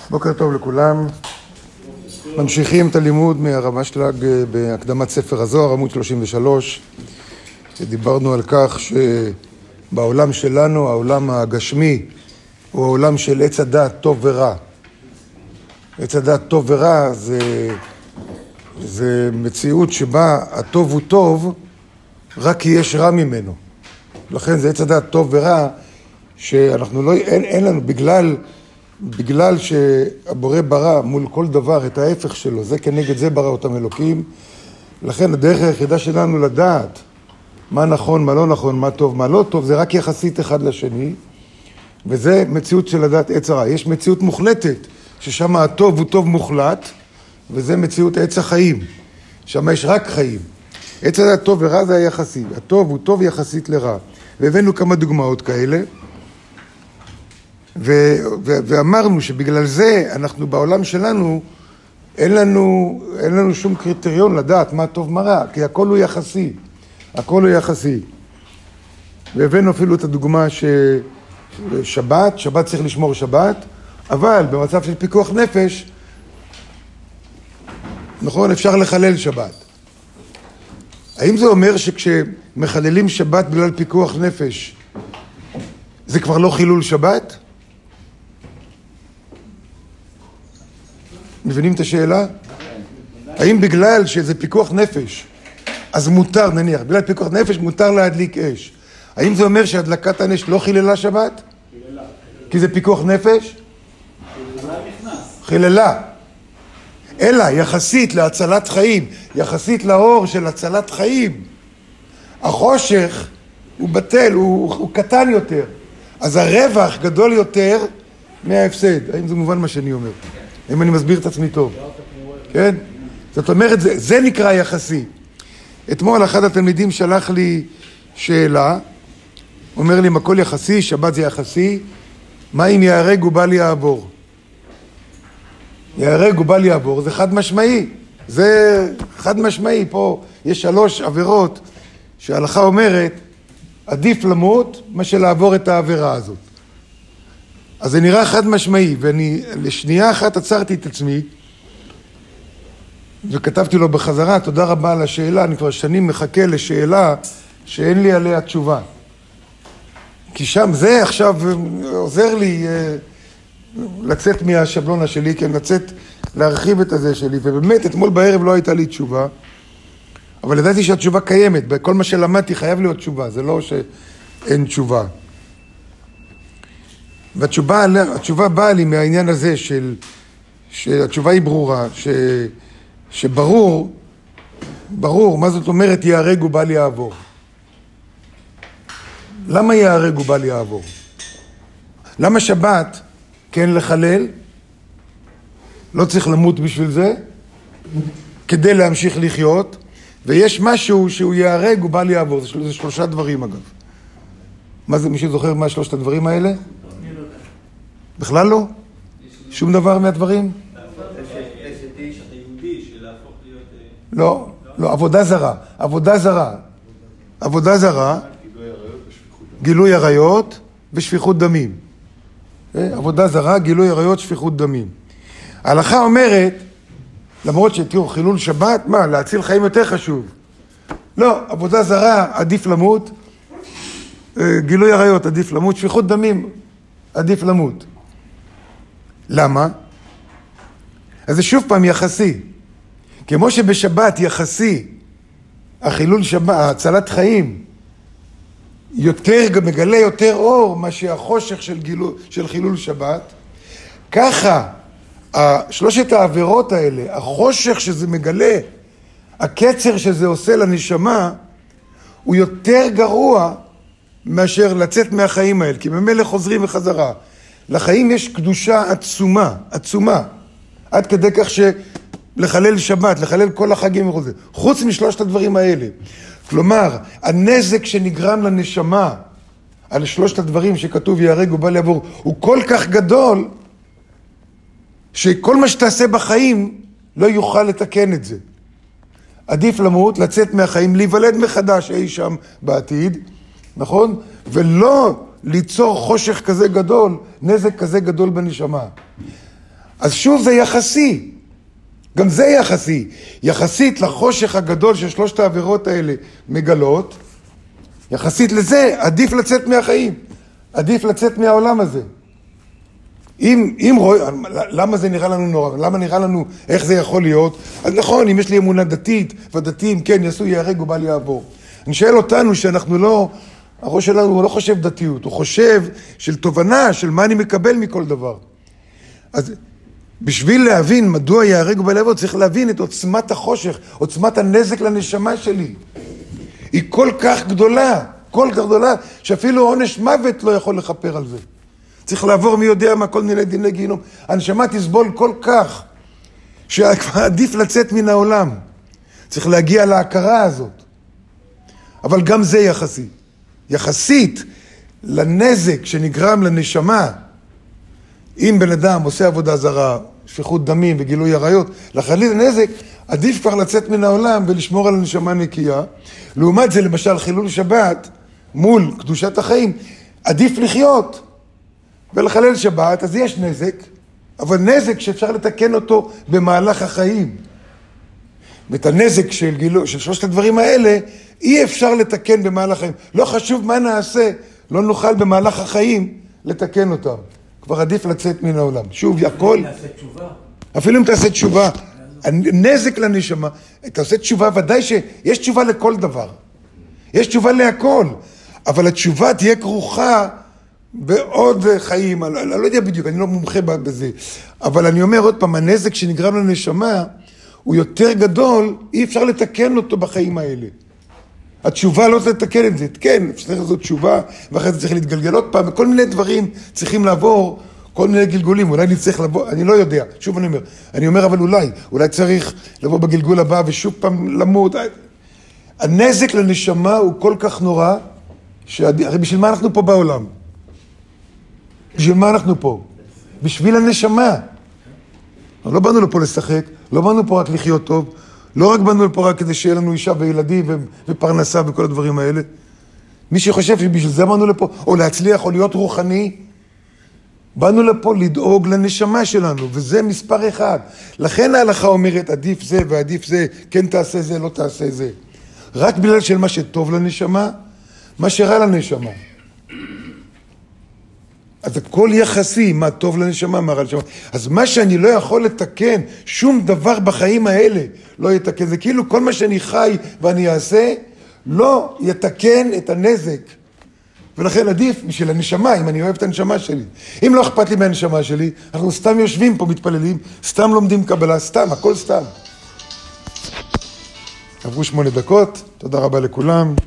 בוקר טוב לכולם. ממשיכים את הלימוד מהרב אשלג בהקדמת ספר הזוהר, עמוד 33. דיברנו על כך שבעולם שלנו, העולם הגשמי, הוא העולם של עץ הדעת טוב ורע. עץ הדעת טוב ורע זה מציאות שבה הטוב הוא טוב רק כי יש רע ממנו. לכן זה עץ הדעת טוב ורע שאנחנו לא, אין לנו, בגלל שהבורא ברא מול כל דבר את ההפך שלו, זה כנגד זה ברא אותם אלוקים. לכן הדרך היחידה שלנו לדעת מה נכון, מה לא נכון, מה טוב, מה לא טוב, זה רק יחסית אחד לשני, וזה מציאות של לדעת עץ הרע. יש מציאות מוחלטת, ששם הטוב הוא טוב מוחלט, וזה מציאות עץ החיים, שם יש רק חיים. עץ הדעת טוב ורע זה היחסי, הטוב הוא טוב יחסית לרע. והבאנו כמה דוגמאות כאלה, ואמרנו שבגלל זה אנחנו בעולם שלנו אין לנו שום קריטריון לדעת מה טוב מה רע, כי הכל הוא יחסי, הכל הוא יחסי. והבאנו אפילו את הדוגמה ששבת צריך לשמור שבת, אבל במצב של פיקוח נפש, נכון, אפשר לחלל שבת. האם זה אומר שכשמחללים שבת בגלל פיקוח נפש, זה כבר לא חילול שבת? מבינים את השאלה? האם בגלל שזה פיקוח נפש, אז מותר, נניח, בגלל פיקוח נפש מותר להדליק אש. האם זה אומר שהדלקת הנש לא חיללה שבת? חיללה. כי זה פיקוח נפש? חיללה. אלא יחסית להצלת חיים, יחסית לאור של הצלת חיים, החושך הוא בטל, הוא קטן יותר. אז הרווח גדול יותר מההפסד. האם זה מובן מה שאני אומר? אם אני מסביר את עצמי טוב. כן? זאת אומרת, זה נקרא יחסי. אתמול אחד התלמידים שלח לי שאלה, אומר לי, אם הכל יחסי, שבת זה יחסי, מה אם יהרג ובל יעבור? יהרג ובל יעבור, זה חד משמעי. זה חד משמעי. פה יש 3 עבירות שההלכה אומרת, עדיף למות מה שלעבור את העבירה הזאת. אז זה נראה חד משמעי, ואני לשנייה אחת עצרתי את עצמי, וכתבתי לו בחזרה, תודה רבה על השאלה, אני כבר שנים מחכה לשאלה שאין לי עליה תשובה. כי שם זה עכשיו עוזר לי לצאת מהשבלונה שלי, כן, להרחיב את הזה שלי, ובאמת אתמול בערב לא הייתה לי תשובה, אבל ידעתי שהתשובה קיימת, בכל מה שלמדתי חייב להיות תשובה, זה לא שאין תשובה. והתשובה באה לי מהעניין הזה שהתשובה היא ברורה, שברור, מה זאת אומרת יהרג ובל יעבור? למה יהרג ובל יעבור? למה שבת כן לחלל? לא צריך למות בשביל זה, כדי להמשיך לחיות, ויש משהו שהוא יהרג ובל יעבור, זה 3 דברים אגב. מה זה, מישהו זוכר מה 3 הדברים האלה? בכלל לא? שום דבר מהדברים? לא, עבודה זרה, גילוי עריות ושפיכות דמים. עבודה זרה, גילוי עריות, שפיכות דמים. ההלכה אומרת, למרות שתראו חילול שבת, מה, להציל חיים יותר חשוב. לא, עבודה זרה עדיף למות, גילוי עריות עדיף למות, שפיכות דמים עדיף למות. למה? אז זה שוב פעם יחסי. כמו שבשבת יחסי, החילול שבת, הצלת חיים, מגלה יותר אור מה שהחושך של חילול שבת, ככה 3 העבירות האלה, החושך שזה מגלה, הקצר שזה עושה לנשמה, הוא יותר גרוע מאשר לצאת מהחיים האלה, כי ממילא חוזרים וחזרה. לחיים יש קדושה עצומה, עד כדי כך שלחלל שבת, לחלל כל החגים וכל חוץ מ3 הדברים האלה. כלומר, הנזק שנגרם לנשמה על 3 הדברים שכתוב יהרג ובל יעבור, הוא כל כך גדול, שכל מה שתעשה בחיים לא יוכל לתקן את זה. עדיף למות, לצאת מהחיים, להיוולד מחדש אי שם בעתיד, נכון? ולא ליצור חושך כזה גדול, נזק כזה גדול בנשמה. אז שוב זה יחסי. גם זה יחסי. יחסית לחושך הגדול ששלושת העבירות האלה מגלות, יחסית לזה עדיף לצאת מהחיים. עדיף לצאת מהעולם הזה. למה זה נראה לנו נורא? למה נראה לנו איך זה יכול להיות? אז נכון, אם יש לי אמונה דתית, והדתיים כן יעשו ייהרג ובל יעבור. אני שואל אותנו שאנחנו לא, הראש שלנו הוא לא חושב דתיות, הוא חושב של תובנה, של מה אני מקבל מכל דבר. אז בשביל להבין מדוע ייהרג ובל יעבור, צריך להבין את עוצמת החושך, עוצמת הנזק לנשמה שלי. היא כל כך גדולה, שאפילו עונש מוות לא יכול לכפר על זה. צריך לעבור מי יודע מה, כל מיני דיני גיהינום. הנשמה תסבול כל כך, שכבר עדיף לצאת מן העולם. צריך להגיע להכרה הזאת. אבל גם זה יחסי. יחסית לנזק שנגרם לנשמה, אם בן אדם עושה עבודה זרה, שפיכות דמים וגילוי עריות, לחליל הנזק, עדיף כבר לצאת מן העולם ולשמור על הנשמה נקייה. לעומת זה, למשל, חילול שבת, מול קדושת החיים, עדיף לחיות ולחלל שבת, אז יש נזק, אבל נזק שאפשר לתקן אותו במהלך החיים. ואת הנזק של שלושת הדברים האלה, אי אפשר לתקן במהלך החיים. לא חשוב מה נעשה, לא נוכל במהלך החיים לתקן אותם. כבר עדיף לצאת מן העולם. שוב, הכל... אפילו אם תעשה תשובה, הנזק לנשמה, תעשה תשובה, ודאי שיש תשובה לכל דבר. יש תשובה להכל, אבל התשובה תהיה כרוכה בעוד חיים, אני לא יודע בדיוק, אני לא מומחה בזה, אבל אני אומר עוד פעם, הנזק שנגרם לנשמה הוא יותר גדול, אי אפשר לתקן אותו בחיים האלה. התשובה לא לתקן את זה, כן, אפשר לעשות תשובה, ואחרי זה צריך להתגלגל עוד פעם, וכל מיני דברים צריכים לעבור, כל מיני גלגולים, אולי נצטרך לבוא, אני לא יודע, שוב אני אומר אבל אולי צריך לבוא בגלגול הבא ושוב פעם למות. הנזק לנשמה הוא כל כך נורא, הרי בשביל מה אנחנו פה בעולם? בשביל מה אנחנו פה? בשביל הנשמה. לא באנו לפה לשחק, לא באנו פה רק לחיות טוב, לא רק באנו לפה רק כדי שיהיה לנו אישה וילדים ופרנסה וכל הדברים האלה. מי שחושב שבשביל זה באנו לפה, או להצליח או להיות רוחני, באנו לפה לדאוג לנשמה שלנו, וזה מספר אחד. לכן ההלכה אומרת, עדיף זה ועדיף זה, כן תעשה זה, לא תעשה זה. רק בגלל של מה שטוב לנשמה, מה שרע לנשמה. אז הכל יחסי, מה טוב לנשמה, מה רע לנשמה. אז מה שאני לא יכול לתקן, שום דבר בחיים האלה לא יתקן. זה כאילו כל מה שאני חי ואני אעשה, לא יתקן את הנזק. ולכן עדיף בשביל הנשמה, אם אני אוהב את הנשמה שלי. אם לא אכפת לי מהנשמה שלי, אנחנו סתם יושבים פה, מתפללים, סתם לומדים קבלה, סתם, הכל סתם. עברו 8 דקות, תודה רבה לכולם.